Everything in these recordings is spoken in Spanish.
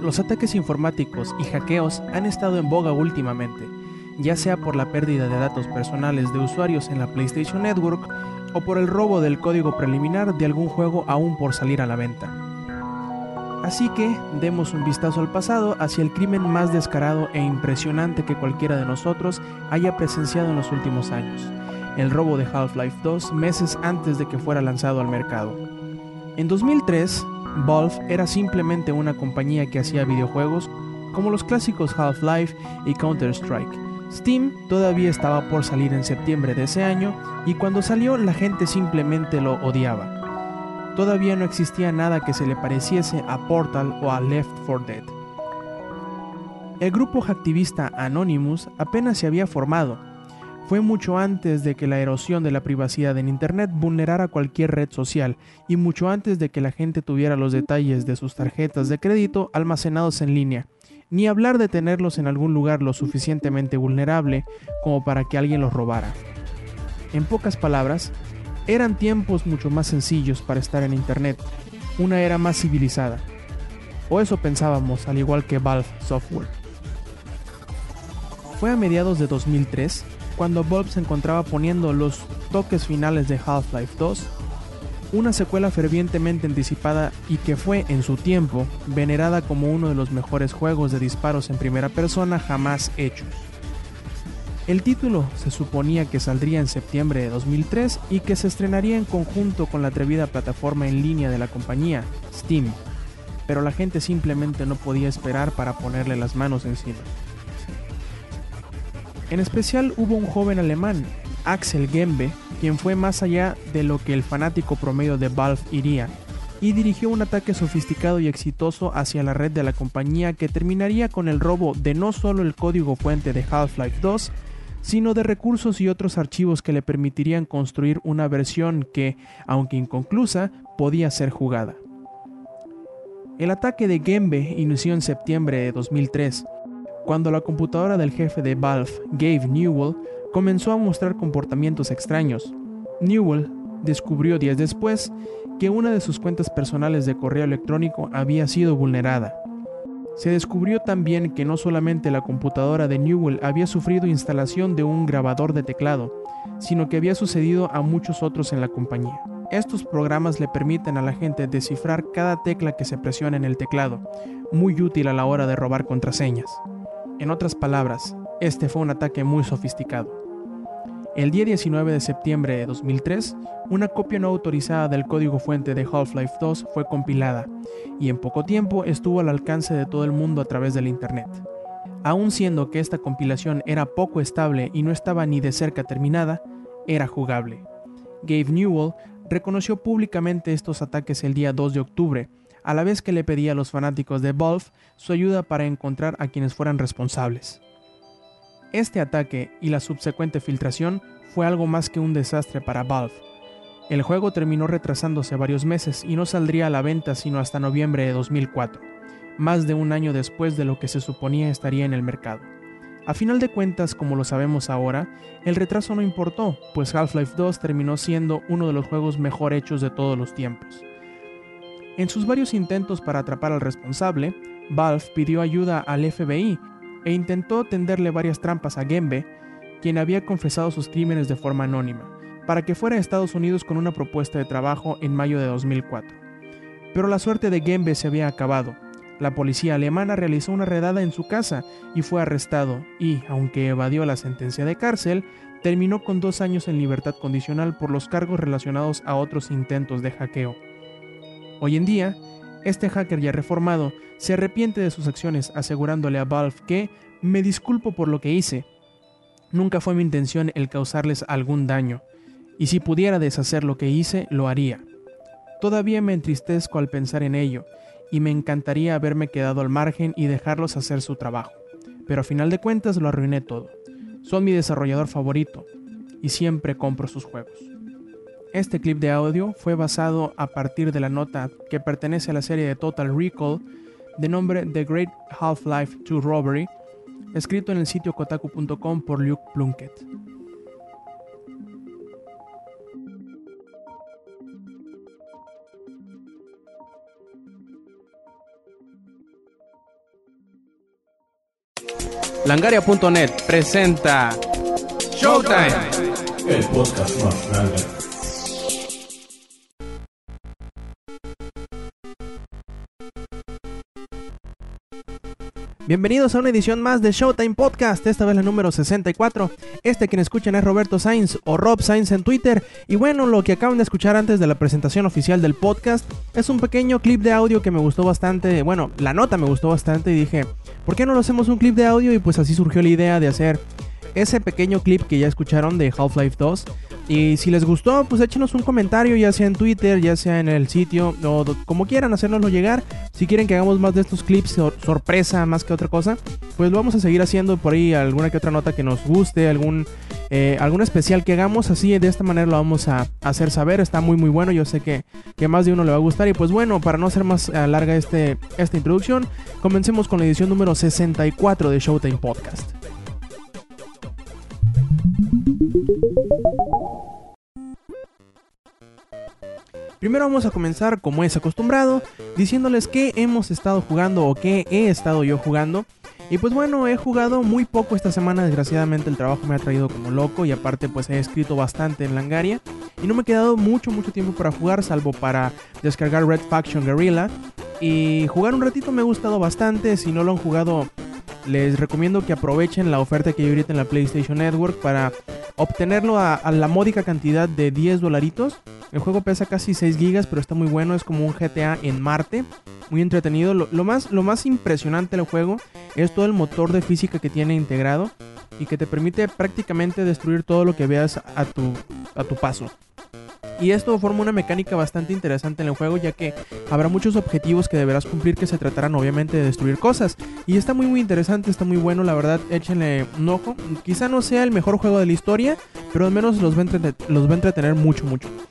Los ataques informáticos y hackeos han estado en boga últimamente, ya sea por la pérdida de datos personales de usuarios en la PlayStation Network o por el robo del código preliminar de algún juego aún por salir a la venta. Así que demos un vistazo al pasado hacia el crimen más descarado e impresionante que cualquiera de nosotros haya presenciado en los últimos años: el robo de Half-Life 2 meses antes de que fuera lanzado al mercado. En 2003, Valve era simplemente una compañía que hacía videojuegos como los clásicos Half-Life y Counter-Strike. Steam todavía estaba por salir en septiembre de ese año y cuando salió la gente simplemente lo odiaba. Todavía no existía nada que se le pareciese a Portal o a Left 4 Dead. El grupo hacktivista Anonymous apenas se había formado. Fue mucho antes de que la erosión de la privacidad en Internet vulnerara cualquier red social y mucho antes de que la gente tuviera los detalles de sus tarjetas de crédito almacenados en línea, ni hablar de tenerlos en algún lugar lo suficientemente vulnerable como para que alguien los robara. En pocas palabras, eran tiempos mucho más sencillos para estar en Internet, una era más civilizada. O eso pensábamos, al igual que Valve Software. Fue a mediados de 2003 cuando Valve se encontraba poniendo los toques finales de Half-Life 2, una secuela fervientemente anticipada y que fue, en su tiempo, venerada como uno de los mejores juegos de disparos en primera persona jamás hechos. El título se suponía que saldría en septiembre de 2003 y que se estrenaría en conjunto con la atrevida plataforma en línea de la compañía, Steam, pero la gente simplemente no podía esperar para ponerle las manos encima. En especial hubo un joven alemán, Axel Gembe, quien fue más allá de lo que el fanático promedio de Valve iría, y dirigió un ataque sofisticado y exitoso hacia la red de la compañía que terminaría con el robo de no solo el código fuente de Half-Life 2, sino de recursos y otros archivos que le permitirían construir una versión que, aunque inconclusa, podía ser jugada. El ataque de Gembe inició en septiembre de 2003, cuando la computadora del jefe de Valve, Gabe Newell, comenzó a mostrar comportamientos extraños. Newell descubrió días después que una de sus cuentas personales de correo electrónico había sido vulnerada. Se descubrió también que no solamente la computadora de Newell había sufrido instalación de un grabador de teclado, sino que había sucedido a muchos otros en la compañía. Estos programas le permiten a la gente descifrar cada tecla que se presiona en el teclado, muy útil a la hora de robar contraseñas. En otras palabras, este fue un ataque muy sofisticado. El día 19 de septiembre de 2003, una copia no autorizada del código fuente de Half-Life 2 fue compilada, y en poco tiempo estuvo al alcance de todo el mundo a través del Internet. Aun siendo que esta compilación era poco estable y no estaba ni de cerca terminada, era jugable. Gabe Newell reconoció públicamente estos ataques el día 2 de octubre, a la vez que le pedía a los fanáticos de Valve su ayuda para encontrar a quienes fueran responsables. Este ataque y la subsecuente filtración fue algo más que un desastre para Valve. El juego terminó retrasándose varios meses y no saldría a la venta sino hasta noviembre de 2004, más de un año después de lo que se suponía estaría en el mercado. A final de cuentas, como lo sabemos ahora, el retraso no importó, pues Half-Life 2 terminó siendo uno de los juegos mejor hechos de todos los tiempos. En sus varios intentos para atrapar al responsable, Valve pidió ayuda al FBI e intentó tenderle varias trampas a Gembe, quien había confesado sus crímenes de forma anónima, para que fuera a Estados Unidos con una propuesta de trabajo en mayo de 2004. Pero la suerte de Gembe se había acabado. La policía alemana realizó una redada en su casa y fue arrestado y, aunque evadió la sentencia de cárcel, terminó con 2 años en libertad condicional por los cargos relacionados a otros intentos de hackeo. Hoy en día, este hacker ya reformado se arrepiente de sus acciones asegurándole a Valve que «me disculpo por lo que hice. Nunca fue mi intención el causarles algún daño, y si pudiera deshacer lo que hice, lo haría. Todavía me entristezco al pensar en ello, y me encantaría haberme quedado al margen y dejarlos hacer su trabajo, pero a final de cuentas lo arruiné todo. Son mi desarrollador favorito, y siempre compro sus juegos». Este clip de audio fue basado a partir de la nota que pertenece a la serie de Total Recall de nombre The Great Half-Life 2 Robbery, escrito en el sitio kotaku.com por Luke Plunkett. Langaria.net presenta Showtime, el podcast más grande. Bienvenidos a una edición más de Showtime Podcast, esta vez la número 64. Quien escuchan es Roberto Sainz o Rob Sainz en Twitter. Y bueno, lo que acaban de escuchar antes de la presentación oficial del podcast es un pequeño clip de audio que me gustó bastante. Bueno, la nota me gustó bastante y dije, ¿por qué no lo hacemos un clip de audio? Y pues así surgió la idea de hacer ese pequeño clip que ya escucharon de Half-Life 2. Y si les gustó, pues échenos un comentario, ya sea en Twitter, ya sea en el sitio, o como quieran hacérnoslo llegar. Si quieren que hagamos más de estos clips sorpresa más que otra cosa, pues lo vamos a seguir haciendo por ahí, alguna que otra nota que nos guste, algún especial que hagamos, así de esta manera lo vamos a hacer saber. Está muy bueno, yo sé que más de uno le va a gustar. Y pues bueno, para no hacer más larga esta introducción, comencemos con la edición número 64 de Showtime Podcast. Primero vamos a comenzar, como es acostumbrado, diciéndoles qué hemos estado jugando o qué he estado yo jugando. Y pues bueno, he jugado muy poco esta semana, desgraciadamente el trabajo me ha traído como loco y aparte pues he escrito bastante en Langaria y no me ha quedado mucho tiempo para jugar, salvo para descargar Red Faction Guerrilla y jugar un ratito. Me ha gustado bastante. Si no lo han jugado, les recomiendo que aprovechen la oferta que hay ahorita en la PlayStation Network para obtenerlo a la módica cantidad de $10. El juego pesa casi 6 gigas, pero está muy bueno, es como un GTA en Marte, muy entretenido. Lo más impresionante del juego es todo el motor de física que tiene integrado y que te permite prácticamente destruir todo lo que veas a tu paso. Y esto forma una mecánica bastante interesante en el juego, ya que habrá muchos objetivos que deberás cumplir que se tratarán obviamente de destruir cosas. Y está muy interesante, está muy bueno, la verdad, échenle un ojo. Quizá no sea el mejor juego de la historia, pero al menos los va a entretener mucho.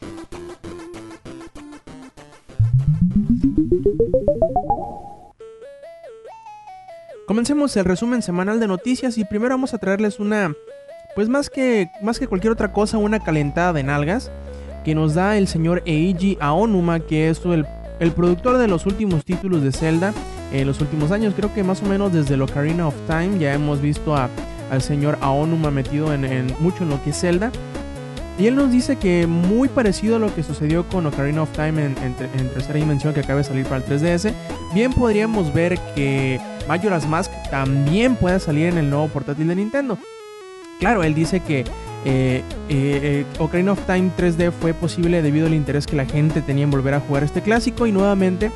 Comencemos el resumen semanal de noticias y primero vamos a traerles una, pues más que cualquier otra cosa, una calentada de nalgas que nos da el señor Eiji Aonuma, que es el productor de los últimos títulos de Zelda en los últimos años. Creo que más o menos desde el Ocarina of Time ya hemos visto al señor Aonuma metido mucho en lo que es Zelda. Y él nos dice que muy parecido a lo que sucedió con Ocarina of Time en tercera dimensión, que acaba de salir para el 3DS, bien podríamos ver que Majora's Mask también pueda salir en el nuevo portátil de Nintendo. Claro, él dice que Ocarina of Time 3D fue posible debido al interés que la gente tenía en volver a jugar este clásico y nuevamente,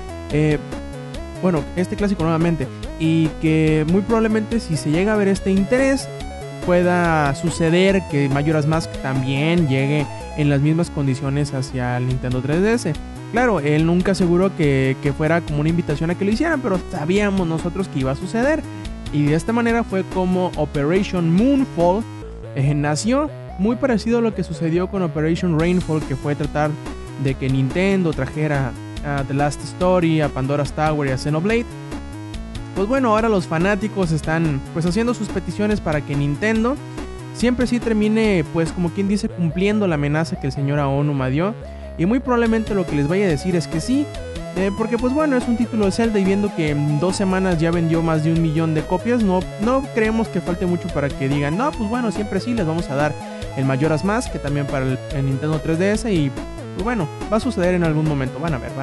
y que muy probablemente si se llega a ver este interés pueda suceder que Majora's Mask también llegue en las mismas condiciones hacia el Nintendo 3DS. Claro, él nunca aseguró que fuera como una invitación a que lo hicieran, pero sabíamos nosotros que iba a suceder. Y de esta manera fue como Operation Moonfall nació, muy parecido a lo que sucedió con Operation Rainfall, que fue tratar de que Nintendo trajera a The Last Story, a Pandora's Tower y a Xenoblade. Pues bueno, ahora los fanáticos están pues haciendo sus peticiones para que Nintendo siempre sí termine, pues como quien dice, cumpliendo la amenaza que el señor Aonuma dio. Y muy probablemente lo que les vaya a decir es que sí, porque pues bueno, es un título de Zelda y viendo que en 2 semanas ya vendió más de 1 millón de copias, no creemos que falte mucho para que digan, no, pues bueno, siempre sí, les vamos a dar el Majora's Mask, que también para el Nintendo 3DS, y pues bueno, va a suceder en algún momento, van a ver.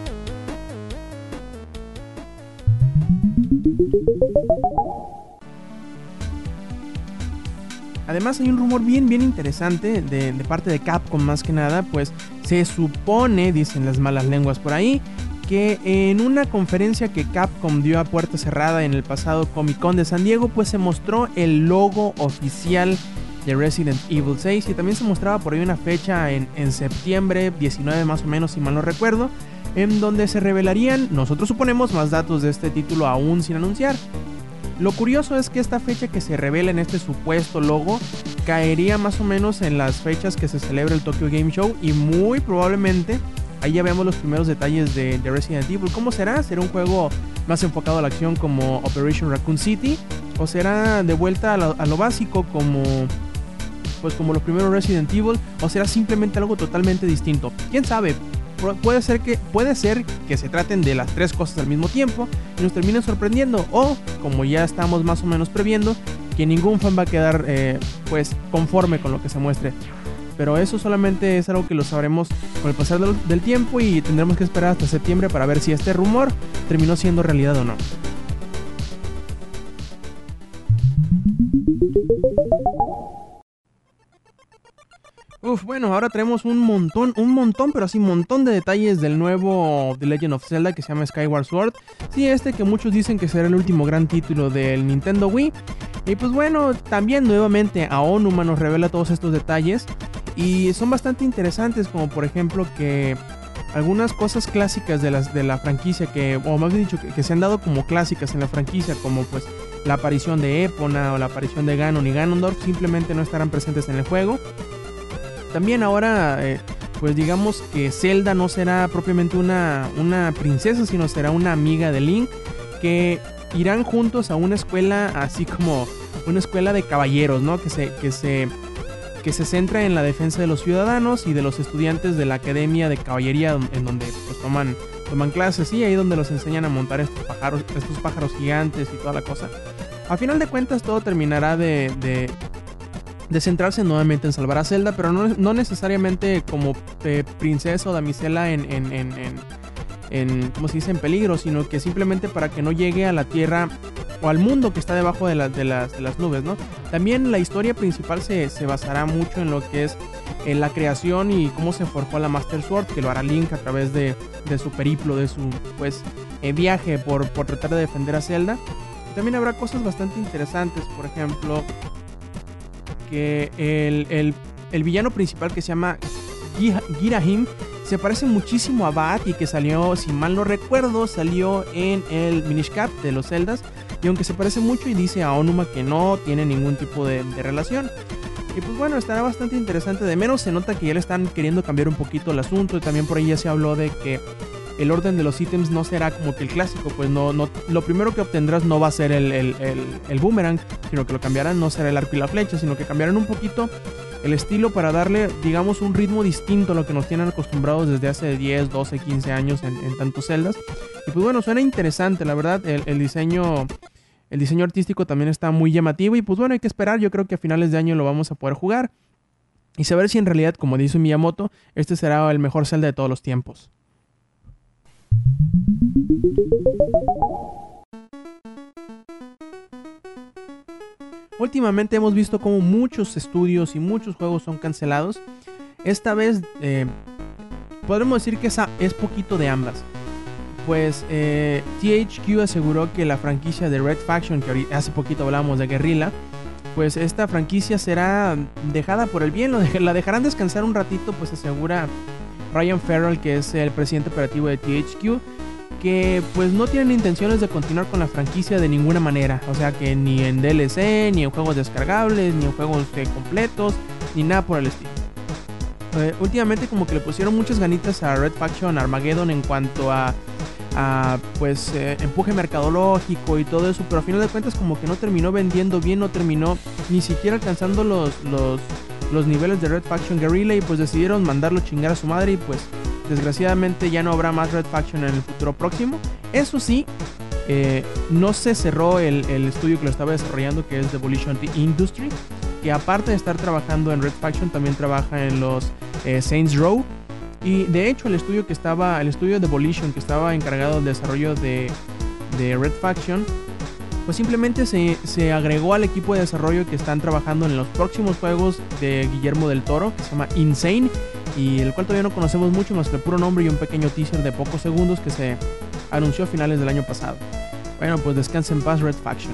Además hay un rumor bien interesante de parte de Capcom más que nada, pues se supone, dicen las malas lenguas por ahí, que en una conferencia que Capcom dio a puerta cerrada en el pasado Comic Con de San Diego, pues se mostró el logo oficial de Resident Evil 6 y también se mostraba por ahí una fecha en septiembre 19 más o menos, si mal no recuerdo, en donde se revelarían, nosotros suponemos, más datos de este título aún sin anunciar. Lo curioso es que esta fecha que se revela en este supuesto logo caería más o menos en las fechas que se celebra el Tokyo Game Show y muy probablemente ahí ya veamos los primeros detalles de Resident Evil. ¿Cómo será? ¿Será un juego más enfocado a la acción como Operation Raccoon City? ¿O será de vuelta a lo básico como los primeros Resident Evil? ¿O será simplemente algo totalmente distinto? ¿Quién sabe? puede ser que se traten de las tres cosas al mismo tiempo y nos terminen sorprendiendo, o como ya estamos más o menos previendo, que ningún fan va a quedar pues conforme con lo que se muestre. Pero eso solamente es algo que lo sabremos con el pasar del tiempo y tendremos que esperar hasta septiembre para ver si este rumor terminó siendo realidad o no. Bueno, ahora tenemos un montón, pero así montón de detalles del nuevo The Legend of Zelda que se llama Skyward Sword. Sí, que muchos dicen que será el último gran título del Nintendo Wii. Y pues bueno, también nuevamente Aonuma nos revela todos estos detalles y son bastante interesantes, como por ejemplo que algunas cosas clásicas de la franquicia o más bien dicho, que se han dado como clásicas en la franquicia, como pues la aparición de Epona o la aparición de Ganon y Ganondorf, simplemente no estarán presentes en el juego. También ahora, pues digamos que Zelda no será propiamente una princesa, sino será una amiga de Link, que irán juntos a una escuela, así como una escuela de caballeros, ¿no? Que se centra en la defensa de los ciudadanos y de los estudiantes de la academia de caballería, en donde pues toman clases, y ahí donde los enseñan a montar estos pájaros gigantes y toda la cosa. A final de cuentas todo terminará de centrarse nuevamente en salvar a Zelda, pero no necesariamente como princesa o damisela en ¿cómo se dice?, en peligro, sino que simplemente para que no llegue a la tierra o al mundo que está debajo de las nubes, ¿no? También la historia principal se basará mucho en lo que es la creación y cómo se forjó la Master Sword, que lo hará Link a través de su periplo, de su viaje por tratar de defender a Zelda. También habrá cosas bastante interesantes, por ejemplo, que el villano principal, que se llama Girahim, se parece muchísimo a Bat, y que salió, si mal no recuerdo, salió en el Minish Cap de los Zeldas, y aunque se parece mucho, y dice a Aonuma que no tiene ningún tipo de relación. Y pues bueno, estará bastante interesante. De menos se nota que ya le están queriendo cambiar un poquito el asunto, y también por ahí ya se habló de que el orden de los ítems no será como que el clásico, pues no, lo primero que obtendrás no va a ser el boomerang, sino que lo cambiarán, no será el arco y la flecha, sino que cambiarán un poquito el estilo para darle, digamos, un ritmo distinto a lo que nos tienen acostumbrados desde hace 10, 12, 15 años en tantos Zeldas. Y pues bueno, suena interesante, la verdad. El diseño artístico también está muy llamativo, y pues bueno, hay que esperar. Yo creo que a finales de año lo vamos a poder jugar y saber si en realidad, como dice Miyamoto, este será el mejor Zelda de todos los tiempos. Últimamente hemos visto como muchos estudios y muchos juegos son cancelados. Esta vez podremos decir que es poquito de ambas. Pues THQ aseguró que la franquicia de Red Faction, que hace poquito hablábamos de Guerrilla, pues esta franquicia será dejada por el bien, la dejarán descansar un ratito, pues asegura Ryan Farrell, que es el presidente operativo de THQ, que pues no tienen intenciones de continuar con la franquicia de ninguna manera. O sea, que ni en DLC, ni en juegos descargables, ni en juegos completos, ni nada por el estilo. Últimamente como que le pusieron muchas ganitas a Red Faction Armageddon en cuanto a empuje mercadológico y todo eso, pero a final de cuentas como que no terminó vendiendo bien, no terminó ni siquiera alcanzando los niveles de Red Faction Guerrilla, y pues decidieron mandarlo chingar a su madre, y pues desgraciadamente ya no habrá más Red Faction en el futuro próximo. Eso sí, no se cerró el estudio que lo estaba desarrollando, que es Devolution Industry, que aparte de estar trabajando en Red Faction también trabaja en los Saints Row. Y de hecho el estudio de Devolution, que estaba encargado del desarrollo de Red Faction, pues simplemente se agregó al equipo de desarrollo que están trabajando en los próximos juegos de Guillermo del Toro, que se llama Insane, y el cual todavía no conocemos mucho más que el puro nombre y un pequeño teaser de pocos segundos que se anunció a finales del año pasado. Bueno, pues descansa en paz Red Faction.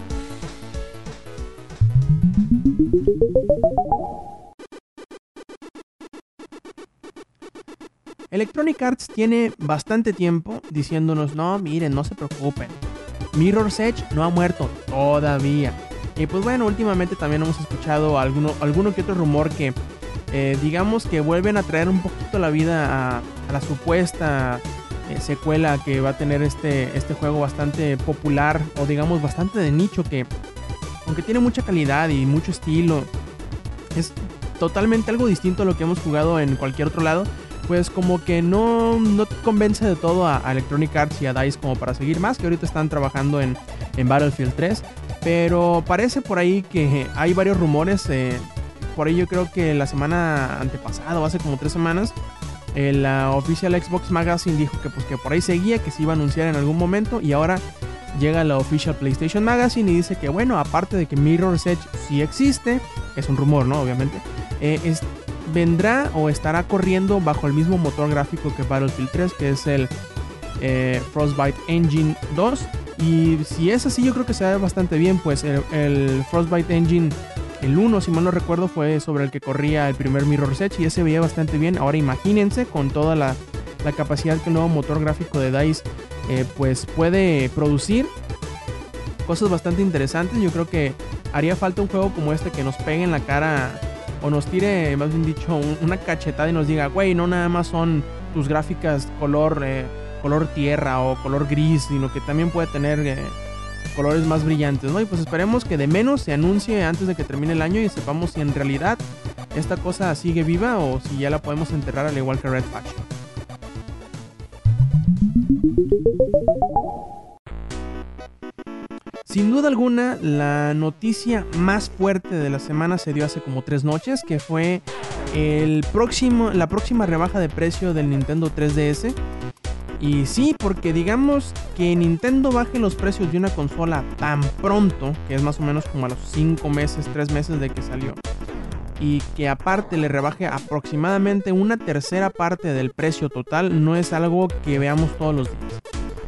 Electronic Arts tiene bastante tiempo diciéndonos: no, miren, no se preocupen, Mirror's Edge no ha muerto todavía. Y pues bueno, últimamente también hemos escuchado alguno que otro rumor que digamos que vuelven a traer un poquito la vida a la supuesta secuela que va a tener este juego bastante popular, o digamos bastante de nicho, que aunque tiene mucha calidad y mucho estilo, es totalmente algo distinto a lo que hemos jugado en cualquier otro lado. pues como que no convence de todo a Electronic Arts y a DICE como para seguir más, que ahorita están trabajando en Battlefield 3, pero parece por ahí que hay varios rumores, por ahí yo creo que la semana antepasada o hace como 3 semanas, la Official Xbox Magazine dijo que pues que por ahí seguía, que se iba a anunciar en algún momento, y ahora llega la Official PlayStation Magazine y dice que bueno, aparte de que Mirror's Edge sí existe, es un rumor, ¿no? Obviamente, vendrá o estará corriendo bajo el mismo motor gráfico que Battlefield 3, que es el Frostbite Engine 2. Y si es así, yo creo que se ve bastante bien, pues el Frostbite Engine, el 1, si mal no recuerdo, fue sobre el que corría el primer Mirror's Edge y ese veía bastante bien. Ahora imagínense con toda la capacidad que el nuevo motor gráfico de DICE pues puede producir cosas bastante interesantes. Yo creo que haría falta un juego como este que nos pegue en la cara o nos tire, más bien dicho, una cachetada y nos diga, güey, no nada más son tus gráficas color tierra o color gris, sino que también puede tener colores más brillantes, ¿no? Y pues esperemos que de menos se anuncie antes de que termine el año y sepamos si en realidad esta cosa sigue viva o si ya la podemos enterrar al igual que Red Faction. Sin duda alguna, la noticia más fuerte de la semana se dio hace como 3 noches, que fue la próxima rebaja de precio del Nintendo 3DS. Y sí, porque digamos que Nintendo baje los precios de una consola tan pronto, que es más o menos como a los 5 meses, 3 meses de que salió, y que aparte le rebaje aproximadamente una tercera parte del precio total, no es algo que veamos todos los días.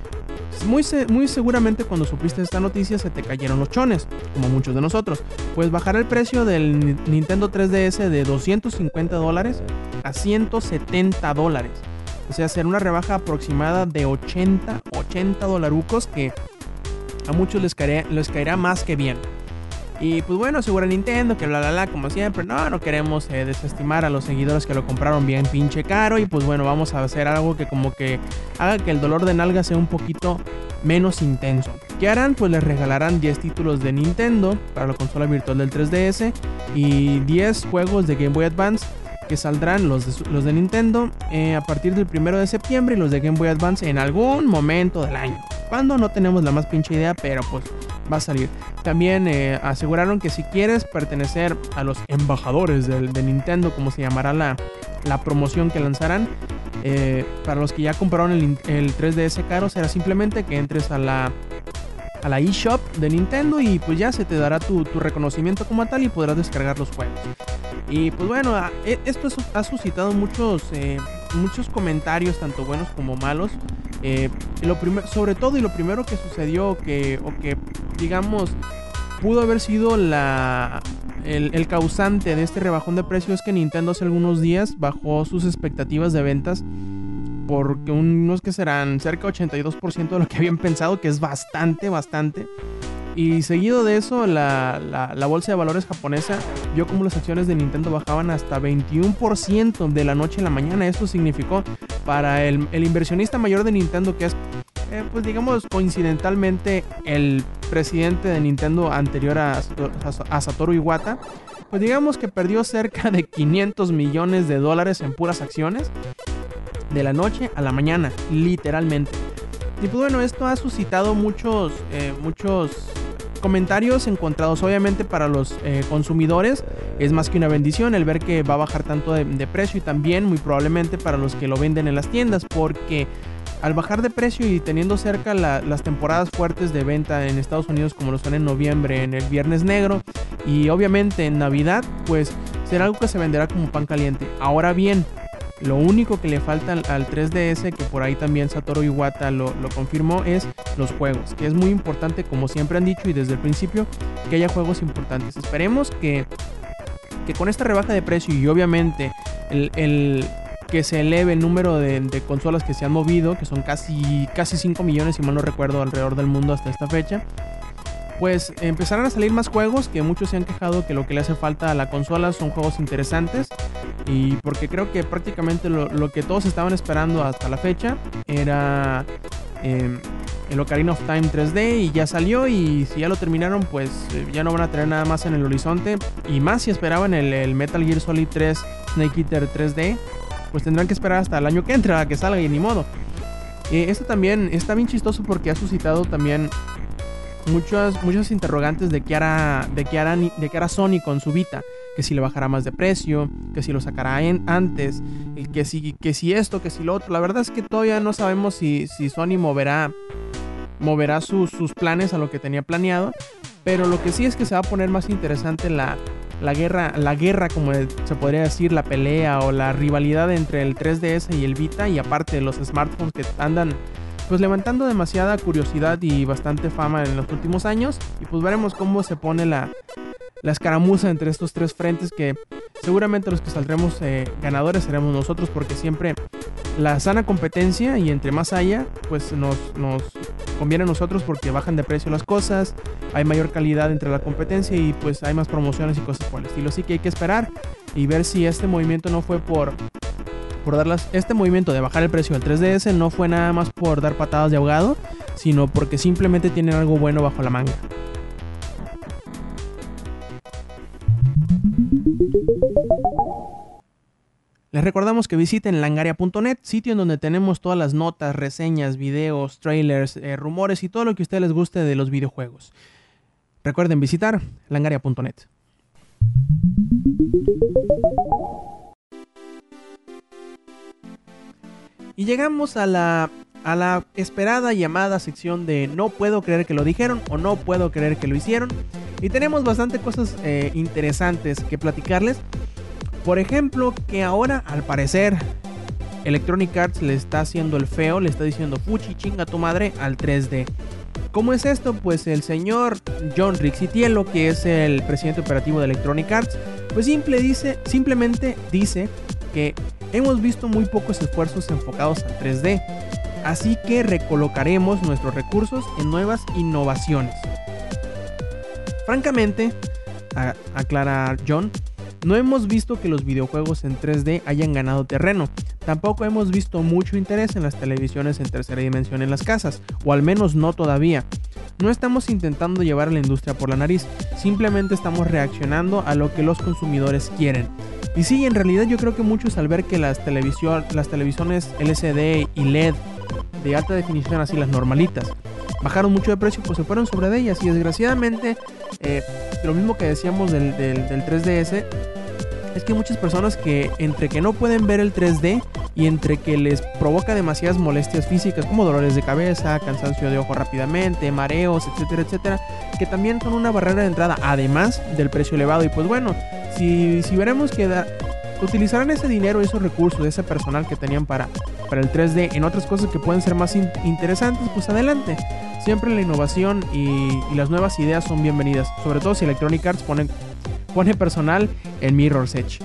Muy seguramente cuando supiste esta noticia se te cayeron los chones, como muchos de nosotros, pues bajar el precio del Nintendo 3DS de $250 a $170. O sea, hacer una rebaja aproximada de 80 dolarucos, que a muchos les caerá más que bien. Y pues bueno, asegura Nintendo que bla como siempre, no queremos desestimar a los seguidores que lo compraron bien pinche caro, y pues bueno, vamos a hacer algo que como que haga que el dolor de nalga sea un poquito menos intenso. ¿Qué harán? Pues les regalarán 10 títulos de Nintendo para la consola virtual del 3DS y 10 juegos de Game Boy Advance, que saldrán los de Nintendo a partir del 1 de septiembre y los de Game Boy Advance en algún momento del año. Cuando no tenemos la más pinche idea, pero pues va a salir. También aseguraron que si quieres pertenecer a los embajadores de Nintendo, como se llamará la promoción que lanzarán, para los que ya compraron el 3DS caro, será simplemente que entres a la eShop de Nintendo y pues ya se te dará tu reconocimiento como tal y podrás descargar los juegos. Y pues bueno, esto ha suscitado muchos comentarios, tanto buenos como malos. Sobre todo, y lo primero que sucedió, que digamos pudo haber sido el causante de este rebajón de precio, es que Nintendo hace algunos días bajó sus expectativas de ventas porque unos que serán cerca de 82% de lo que habían pensado, que es bastante. Y seguido de eso, la bolsa de valores japonesa vio como las acciones de Nintendo bajaban hasta 21% de la noche a la mañana. Esto significó para el inversionista mayor de Nintendo, que es, pues digamos, coincidentalmente el presidente de Nintendo anterior a Satoru Iwata, pues digamos que perdió cerca de $500 millones en puras acciones de la noche a la mañana, literalmente. Y pues bueno, esto ha suscitado muchos comentarios encontrados. Obviamente para los consumidores es más que una bendición el ver que va a bajar tanto de precio, y también muy probablemente para los que lo venden en las tiendas, porque al bajar de precio y teniendo cerca las temporadas fuertes de venta en Estados Unidos, como lo son en noviembre, en el Viernes Negro y obviamente en Navidad, pues será algo que se venderá como pan caliente. Ahora bien, lo único que le falta al 3DS, que por ahí también Satoru Iwata lo confirmó, es los juegos, que es muy importante, como siempre han dicho y desde el principio, que haya juegos importantes. Esperemos que con esta rebaja de precio y obviamente el que se eleve el número de consolas que se han movido, que son casi 5 millones, si mal no recuerdo, alrededor del mundo hasta esta fecha, pues empezarán a salir más juegos, que muchos se han quejado que lo que le hace falta a la consola son juegos interesantes, y porque creo que prácticamente lo que todos estaban esperando hasta la fecha era el Ocarina of Time 3D, y ya salió, y si ya lo terminaron, pues ya no van a tener nada más en el horizonte, y más si esperaban el Metal Gear Solid 3 Snake Eater 3D, pues tendrán que esperar hasta el año que entra a que salga y ni modo. Esto también está bien chistoso porque ha suscitado también muchos interrogantes de qué hará Sony con su Vita, que si le bajará más de precio, que si lo sacará antes, que si esto, que si lo otro. La verdad es que todavía no sabemos si Sony moverá sus planes a lo que tenía planeado, pero lo que sí es que se va a poner más interesante la guerra, como se podría decir, la pelea o la rivalidad entre el 3DS y el Vita, y aparte de los smartphones que andan pues levantando demasiada curiosidad y bastante fama en los últimos años. Y pues veremos cómo se pone la escaramuza entre estos tres frentes, que seguramente los que saldremos ganadores seremos nosotros, porque siempre la sana competencia, y entre más haya, pues nos conviene a nosotros porque bajan de precio las cosas, hay mayor calidad entre la competencia y pues hay más promociones y cosas por el estilo. Así que hay que esperar y ver si este movimiento no fue este movimiento de bajar el precio del 3DS no fue nada más por dar patadas de ahogado, sino porque simplemente tienen algo bueno bajo la manga. Les recordamos que visiten langaria.net, sitio en donde tenemos todas las notas, reseñas, videos, trailers, rumores y todo lo que a ustedes les guste de los videojuegos. Recuerden visitar langaria.net. Y llegamos a la esperada y amada sección de no puedo creer que lo dijeron o no puedo creer que lo hicieron. Y tenemos bastante cosas interesantes que platicarles. Por ejemplo, que ahora al parecer Electronic Arts le está haciendo el feo, le está diciendo fuchi chinga tu madre al 3D. ¿Cómo es esto? Pues el señor John Riccitiello, que es el presidente operativo de Electronic Arts, pues simplemente dice que hemos visto muy pocos esfuerzos enfocados al 3D, así que recolocaremos nuestros recursos en nuevas innovaciones. Francamente, aclara John, no hemos visto que los videojuegos en 3D hayan ganado terreno. Tampoco hemos visto mucho interés en las televisiones en tercera dimensión en las casas, o al menos no todavía. No estamos intentando llevar a la industria por la nariz, simplemente estamos reaccionando a lo que los consumidores quieren. Y sí, en realidad yo creo que muchos, al ver que las televisiones LCD y LED de alta definición, así las normalitas, bajaron mucho de precio, pues se fueron sobre de ellas. Y desgraciadamente, lo mismo que decíamos del 3DS, es que hay muchas personas que entre que no pueden ver el 3D y entre que les provoca demasiadas molestias físicas como dolores de cabeza, cansancio de ojo rápidamente, mareos, etcétera, etcétera, que también son una barrera de entrada, además del precio elevado. Y pues bueno, si veremos que utilizarán ese dinero, esos recursos, ese personal que tenían para el 3D en otras cosas que pueden ser más interesantes, pues adelante. Siempre la innovación y las nuevas ideas son bienvenidas, sobre todo si Electronic Arts pone personal en Mirror's Edge.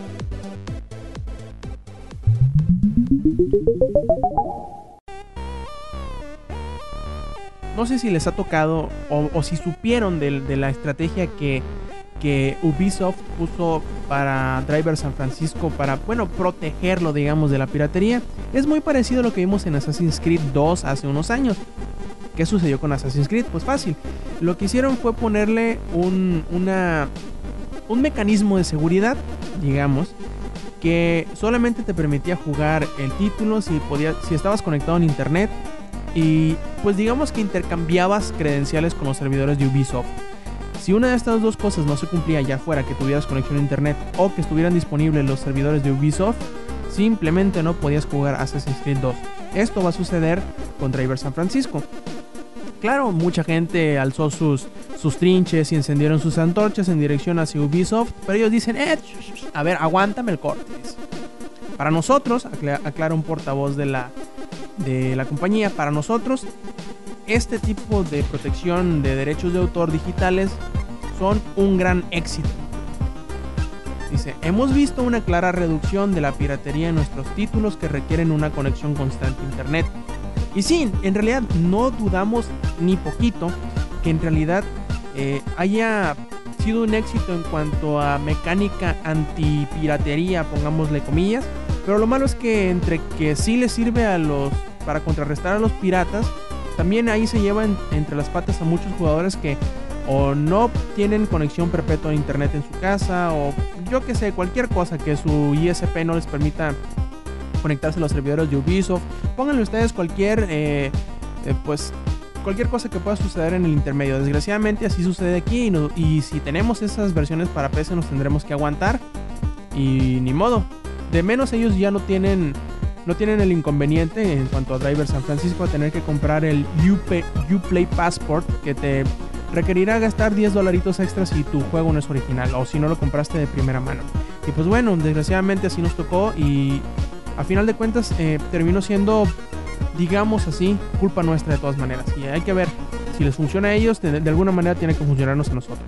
No sé si les ha tocado o si supieron de la estrategia que Ubisoft puso para Driver San Francisco para, protegerlo, digamos, de la piratería. Es muy parecido a lo que vimos en Assassin's Creed 2 hace unos años. ¿Qué sucedió con Assassin's Creed? Pues fácil. Lo que hicieron fue ponerle un mecanismo de seguridad, digamos, que solamente te permitía jugar el título si estabas conectado en internet, y pues digamos que intercambiabas credenciales con los servidores de Ubisoft. Si una de estas dos cosas no se cumplía, ya fuera que tuvieras conexión a internet o que estuvieran disponibles los servidores de Ubisoft, simplemente no podías jugar Assassin's Creed 2. Esto va a suceder con Driver San Francisco. Claro, mucha gente alzó sus trinches y encendieron sus antorchas en dirección hacia Ubisoft, pero ellos dicen, a ver, aguántame el corte. Para nosotros, aclara un portavoz de la compañía, para nosotros este tipo de protección de derechos de autor digitales son un gran éxito. Dice, hemos visto una clara reducción de la piratería en nuestros títulos que requieren una conexión constante a internet. Y sí, en realidad no dudamos ni poquito que en realidad haya sido un éxito en cuanto a mecánica antipiratería, pongámosle comillas, pero lo malo es que entre que sí les sirve para contrarrestar a los piratas, también ahí se lleva entre las patas a muchos jugadores que o no tienen conexión perpetua a internet en su casa, o yo que sé, cualquier cosa que su ISP no les permita conectarse a los servidores de Ubisoft. Pónganle ustedes cualquier cosa que pueda suceder en el intermedio. Desgraciadamente así sucede aquí y si tenemos esas versiones para PC nos tendremos que aguantar y ni modo. De menos ellos ya no tienen el inconveniente en cuanto a Driver San Francisco de tener que comprar el Uplay Passport, que te requerirá gastar $10 extras si tu juego no es original o si no lo compraste de primera mano. Y pues bueno, desgraciadamente así nos tocó y a final de cuentas terminó siendo, digamos así, culpa nuestra de todas maneras. Y hay que ver si les funciona a ellos, de alguna manera tiene que funcionarnos a nosotros.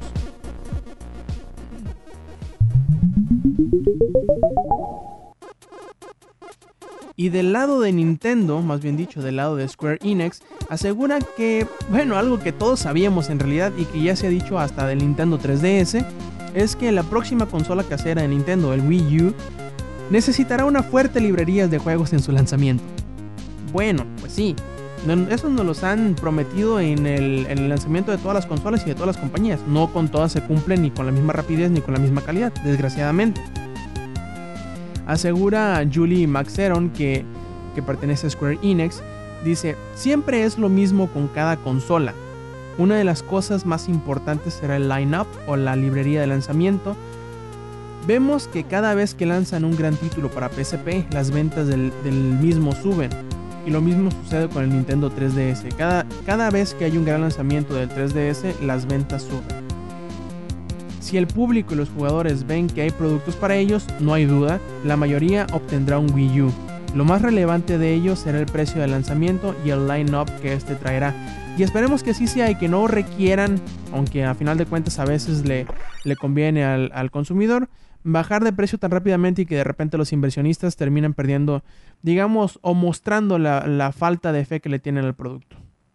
Y del lado de Nintendo, más bien dicho, del lado de Square Enix, asegura que, bueno, algo que todos sabíamos en realidad y que ya se ha dicho hasta del Nintendo 3DS, es que la próxima consola casera de Nintendo, el Wii U, necesitará una fuerte librería de juegos en su lanzamiento. Bueno, pues sí, eso nos los han prometido en el lanzamiento de todas las consolas y de todas las compañías. No con todas se cumplen ni con la misma rapidez ni con la misma calidad, desgraciadamente. Asegura Julie McSeron, que pertenece a Square Enix, dice: siempre es lo mismo con cada consola. Una de las cosas más importantes será el line-up o la librería de lanzamiento. Vemos que cada vez que lanzan un gran título para PSP, las ventas del mismo suben. Y lo mismo sucede con el Nintendo 3DS. Cada vez que hay un gran lanzamiento del 3DS, las ventas suben. Si el público y los jugadores ven que hay productos para ellos, no hay duda, la mayoría obtendrá un Wii U. Lo más relevante de ello será el precio de lanzamiento y el line-up que este traerá. Y esperemos que así sea y que no requieran, aunque a final de cuentas a veces le conviene al consumidor, bajar de precio tan rápidamente y que de repente los inversionistas terminan perdiendo, digamos, o mostrando la falta de fe que le tienen al producto.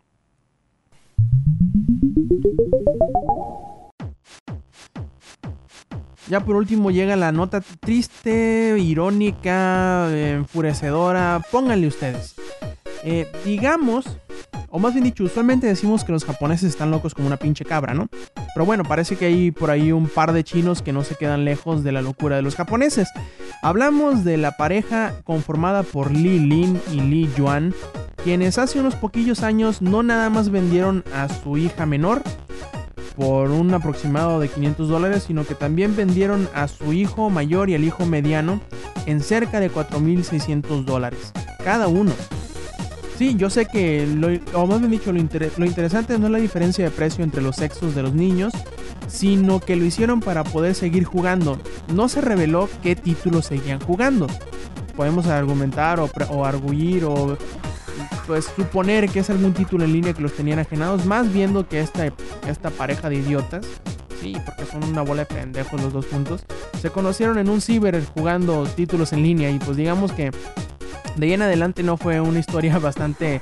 Ya por último llega la nota triste, irónica, enfurecedora, pónganle ustedes. Digamos, o más bien dicho, usualmente decimos que los japoneses están locos como una pinche cabra, ¿no? Pero bueno, parece que hay por ahí un par de chinos que no se quedan lejos de la locura de los japoneses. Hablamos de la pareja conformada por Li Lin y Li Yuan, quienes hace unos poquillos años no nada más vendieron a su hija menor por un aproximado de $500, sino que también vendieron a su hijo mayor y al hijo mediano en cerca de $4,600 cada uno. Sí, yo sé que, o más bien dicho, lo interesante no es la diferencia de precio entre los sexos de los niños, sino que lo hicieron para poder seguir jugando. No se reveló qué títulos seguían jugando. Podemos argumentar o arguir o pues suponer que es algún título en línea que los tenían ajenados, más viendo que esta pareja de idiotas, sí, porque son una bola de pendejos los dos juntos, se conocieron en un ciber jugando títulos en línea y pues digamos que de ahí en adelante no fue una historia bastante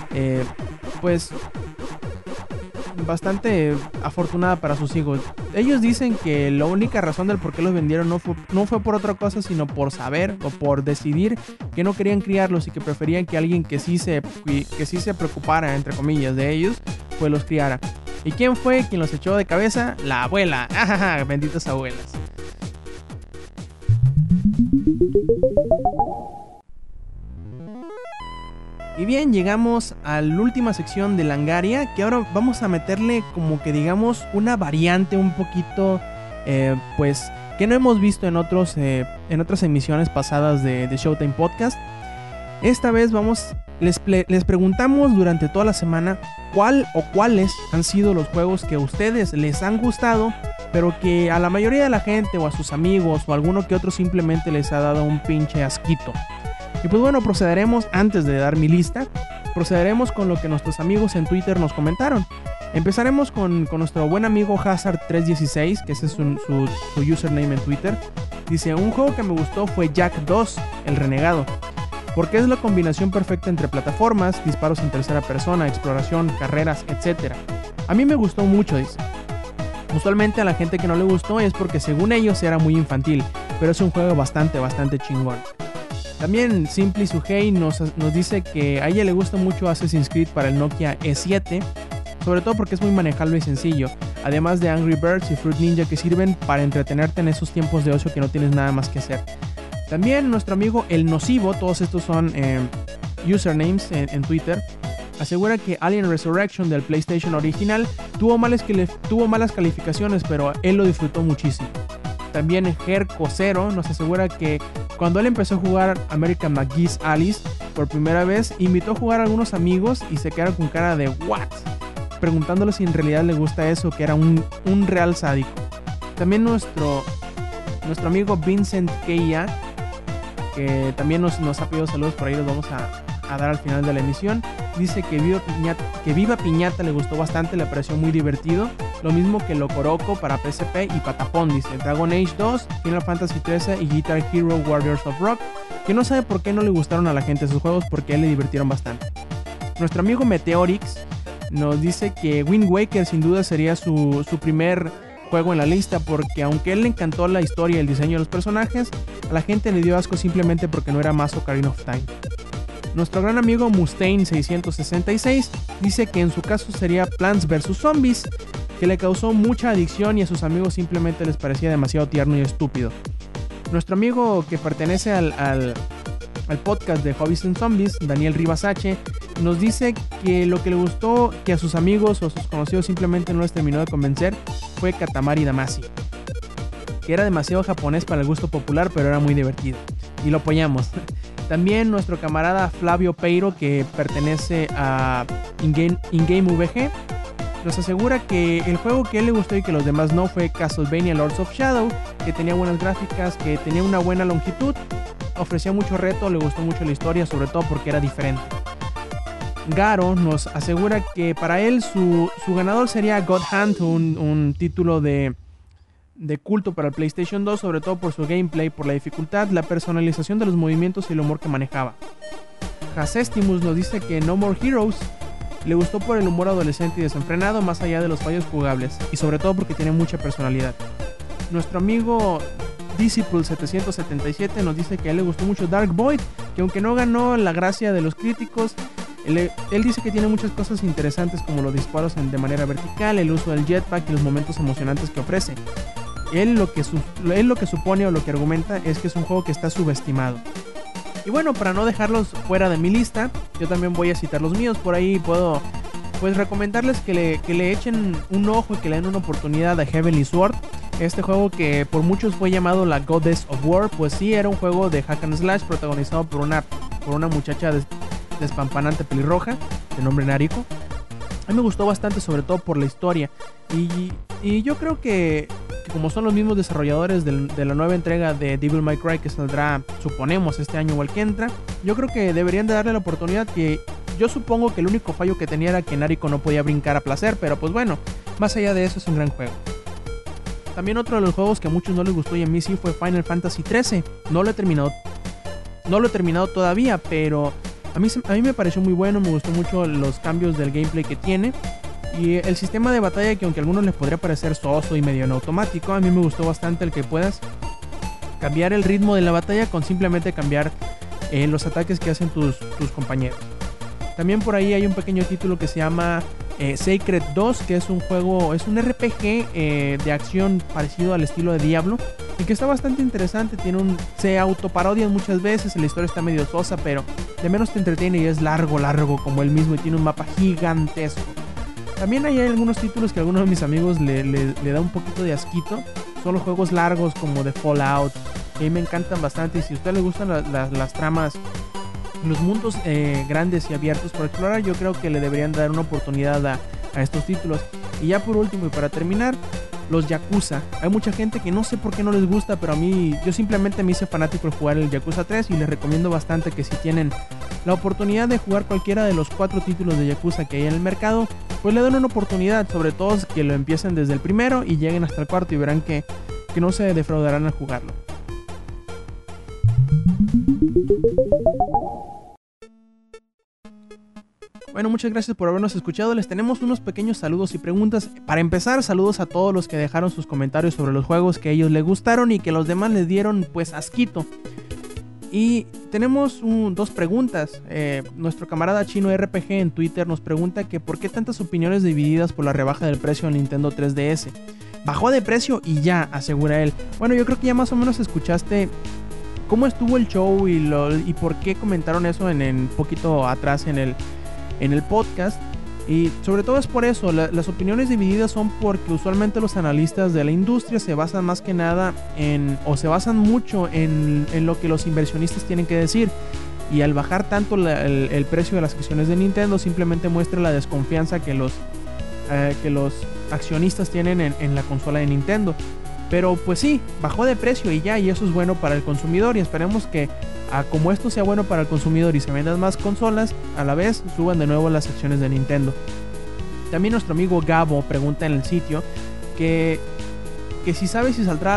bastante afortunada para sus hijos. Ellos dicen que la única razón del por qué los vendieron no fue por otra cosa, sino por saber o por decidir que no querían criarlos y que preferían que alguien que sí se preocupara, entre comillas, de ellos, pues los criara. ¿Y quién fue quien los echó de cabeza? La abuela. Benditas abuelas. Y bien, llegamos a la última sección de Langaria, que ahora vamos a meterle como que digamos una variante un poquito, pues, que no hemos visto en otras emisiones pasadas de Showtime Podcast. Esta vez les preguntamos durante toda la semana cuál o cuáles han sido los juegos que a ustedes les han gustado, pero que a la mayoría de la gente o a sus amigos o a alguno que otro simplemente les ha dado un pinche asquito. Y pues bueno, procederemos, antes de dar mi lista, procederemos con lo que nuestros amigos en Twitter nos comentaron. Empezaremos con nuestro buen amigo Hazard316, que ese es su username en Twitter. Dice: un juego que me gustó fue Jack 2, el renegado, porque es la combinación perfecta entre plataformas, disparos en tercera persona, exploración, carreras, etc. A mí me gustó mucho, dice. Usualmente a la gente que no le gustó es porque según ellos era muy infantil, pero es un juego bastante chingón. También Simply Suhei nos dice que a ella le gusta mucho Assassin's Creed para el Nokia E7, sobre todo porque es muy manejable y sencillo, además de Angry Birds y Fruit Ninja, que sirven para entretenerte en esos tiempos de ocio que no tienes nada más que hacer. También nuestro amigo El Nocivo, todos estos son usernames en Twitter, asegura que Alien Resurrection del PlayStation original tuvo malas calificaciones, pero él lo disfrutó muchísimo. También Ger0 nos asegura que cuando él empezó a jugar American McGee's Alice por primera vez, invitó a jugar a algunos amigos y se quedaron con cara de ¿what?, preguntándole si en realidad le gusta eso, que era un real sádico. También nuestro amigo Vincent Keia, que también nos ha pedido saludos, por ahí los vamos a dar al final de la emisión, dice que Viva Piñata le gustó bastante, le pareció muy divertido, lo mismo que Locoroco para PSP y Patapón, dice Dragon Age 2, Final Fantasy 13 y Guitar Hero Warriors of Rock, que no sabe por qué no le gustaron a la gente esos juegos, porque a él le divirtieron bastante. Nuestro amigo Meteorix nos dice que Wind Waker sin duda sería su primer juego en la lista, porque aunque a él le encantó la historia y el diseño de los personajes, a la gente le dio asco simplemente porque no era más Ocarina of Time. Nuestro gran amigo Mustaine 666 dice que en su caso sería Plants vs Zombies, que le causó mucha adicción y a sus amigos simplemente les parecía demasiado tierno y estúpido. Nuestro amigo que pertenece al podcast de Hobbies and Zombies, Daniel Rivas H, nos dice que lo que le gustó que a sus amigos o a sus conocidos simplemente no les terminó de convencer fue Katamari Damacy, que era demasiado japonés para el gusto popular, pero era muy divertido y lo apoyamos. También nuestro camarada Flavio Peiro, que pertenece a InGame VG, nos asegura que el juego que a él le gustó y que los demás no fue Castlevania Lords of Shadow, que tenía buenas gráficas, que tenía una buena longitud, ofrecía mucho reto, le gustó mucho la historia, sobre todo porque era diferente. Garo nos asegura que para él su ganador sería God Hand, un título de culto para el PlayStation 2, sobre todo por su gameplay, por la dificultad, la personalización de los movimientos y el humor que manejaba. Hasestimus nos dice que No More Heroes le gustó por el humor adolescente y desenfrenado, más allá de los fallos jugables, y sobre todo porque tiene mucha personalidad. Nuestro amigo Disciple 777 nos dice que a él le gustó mucho Dark Void, que aunque no ganó la gracia de los críticos, él dice que tiene muchas cosas interesantes como los disparos de manera vertical, el uso del jetpack y los momentos emocionantes que ofrece. Él lo que supone o lo que argumenta es que es un juego que está subestimado. Y bueno, para no dejarlos fuera de mi lista, yo también voy a citar los míos. Por ahí puedo recomendarles que le echen un ojo y que le den una oportunidad a Heavenly Sword. Este juego que por muchos fue llamado la Goddess of War, pues sí, era un juego de hack and slash protagonizado por una muchacha despampanante pelirroja de nombre Nariko. A mí me gustó bastante, sobre todo por la historia, y yo creo que como son los mismos desarrolladores de la nueva entrega de Devil May Cry, que saldrá, suponemos, este año o el que entra, yo creo que deberían de darle la oportunidad. Que yo supongo que el único fallo que tenía era que Nariko no podía brincar a placer, pero pues bueno, más allá de eso es un gran juego. También otro de los juegos que a muchos no les gustó y a mí sí fue Final Fantasy XIII. No lo he terminado todavía, pero a mí me pareció muy bueno, me gustó mucho los cambios del gameplay que tiene. Y el sistema de batalla, que aunque a algunos les podría parecer soso y medio en automático, a mí me gustó bastante el que puedas cambiar el ritmo de la batalla con simplemente cambiar los ataques que hacen tus compañeros. También por ahí hay un pequeño título que se llama Sacred 2, que es un juego, es un RPG de acción parecido al estilo de Diablo, y que está bastante interesante. Se autoparodian muchas veces, la historia está medio sosa, pero de menos te entretiene y es largo como él mismo, y tiene un mapa gigantesco. También hay algunos títulos que a algunos de mis amigos le da un poquito de asquito. Son los juegos largos como de Fallout, que a mí me encantan bastante. Y si a ustedes les gustan las tramas, los mundos grandes y abiertos por explorar, yo creo que le deberían dar una oportunidad a estos títulos. Y ya por último y para terminar, los Yakuza. Hay mucha gente que no sé por qué no les gusta, pero yo simplemente me hice fanático de jugar el Yakuza 3 y les recomiendo bastante que si tienen la oportunidad de jugar cualquiera de los 4 títulos de Yakuza que hay en el mercado, pues le den una oportunidad, sobre todo que lo empiecen desde el primero y lleguen hasta el cuarto y verán que no se defraudarán al jugarlo. Bueno, muchas gracias por habernos escuchado. Les tenemos unos pequeños saludos y preguntas. Para empezar, saludos a todos los que dejaron sus comentarios sobre los juegos que a ellos les gustaron y que los demás les dieron pues asquito. Y tenemos 2 preguntas. Nuestro camarada Chino RPG en Twitter nos pregunta que por qué tantas opiniones divididas por la rebaja del precio del Nintendo 3DS. Bajó de precio y ya, asegura él. Bueno, yo creo que ya más o menos escuchaste cómo estuvo el show y por qué comentaron eso en poquito atrás en el podcast. Y sobre todo es por eso, las opiniones divididas son porque usualmente los analistas de la industria se basan más que nada se basan mucho en lo que los inversionistas tienen que decir. Y al bajar tanto el precio de las acciones de Nintendo, simplemente muestra la desconfianza que los accionistas tienen en la consola de Nintendo. Pero pues sí, bajó de precio y ya, y eso es bueno para el consumidor, y esperemos que como esto sea bueno para el consumidor y se vendan más consolas, a la vez suban de nuevo las acciones de Nintendo. También nuestro amigo Gabo pregunta en el sitio que si sabe si saldrá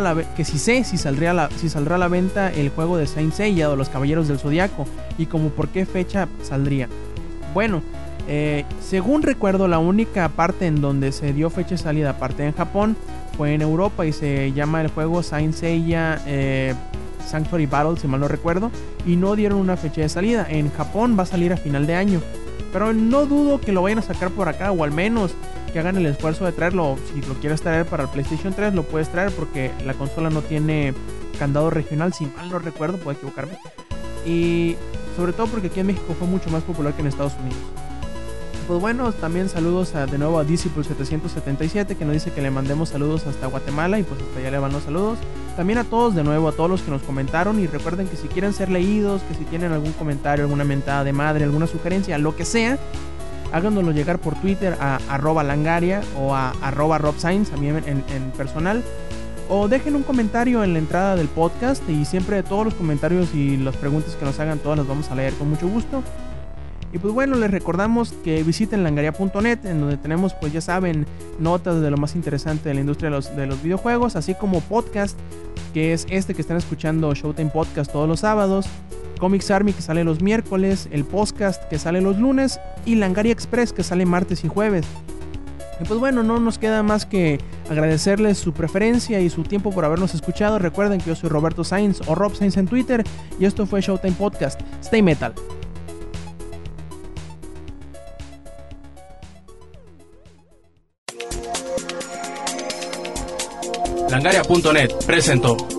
si saldrá a la venta el juego de Saint Seiya o los Caballeros del Zodiaco, y como por qué fecha saldría. Bueno, según recuerdo, la única parte en donde se dio fecha de salida, aparte en Japón, fue en Europa, y se llama el juego Saint Seiya Sanctuary Battle, si mal no recuerdo, y no dieron una fecha de salida. En Japón va a salir a final de año, pero no dudo que lo vayan a sacar por acá, o al menos que hagan el esfuerzo de traerlo. Si lo quieres traer para el PlayStation 3, lo puedes traer, porque la consola no tiene candado regional, si mal no recuerdo, puedo equivocarme, y sobre todo porque aquí en México fue mucho más popular que en Estados Unidos. Pues bueno, también saludos de nuevo a Disciple777, que nos dice que le mandemos saludos hasta Guatemala, y pues hasta allá le van los saludos. También a todos de nuevo, a todos los que nos comentaron, y recuerden que si quieren ser leídos, que si tienen algún comentario, alguna mentada de madre, alguna sugerencia, lo que sea, háganoslo llegar por Twitter a @langaria o a @robsainz, a mí en personal, o dejen un comentario en la entrada del podcast, y siempre todos los comentarios y las preguntas que nos hagan, todas las vamos a leer con mucho gusto. Y pues bueno, les recordamos que visiten langaria.net, en donde tenemos, pues ya saben, notas de lo más interesante de la industria de los videojuegos, así como podcast, que es este que están escuchando, Showtime Podcast, todos los sábados, Comics Army, que sale los miércoles, el podcast, que sale los lunes, y Langaria Express, que sale martes y jueves. Y pues bueno, no nos queda más que agradecerles su preferencia y su tiempo por habernos escuchado. Recuerden que yo soy Roberto Sainz, o Rob Sainz en Twitter, y esto fue Showtime Podcast. Stay metal. Langaria.net presentó.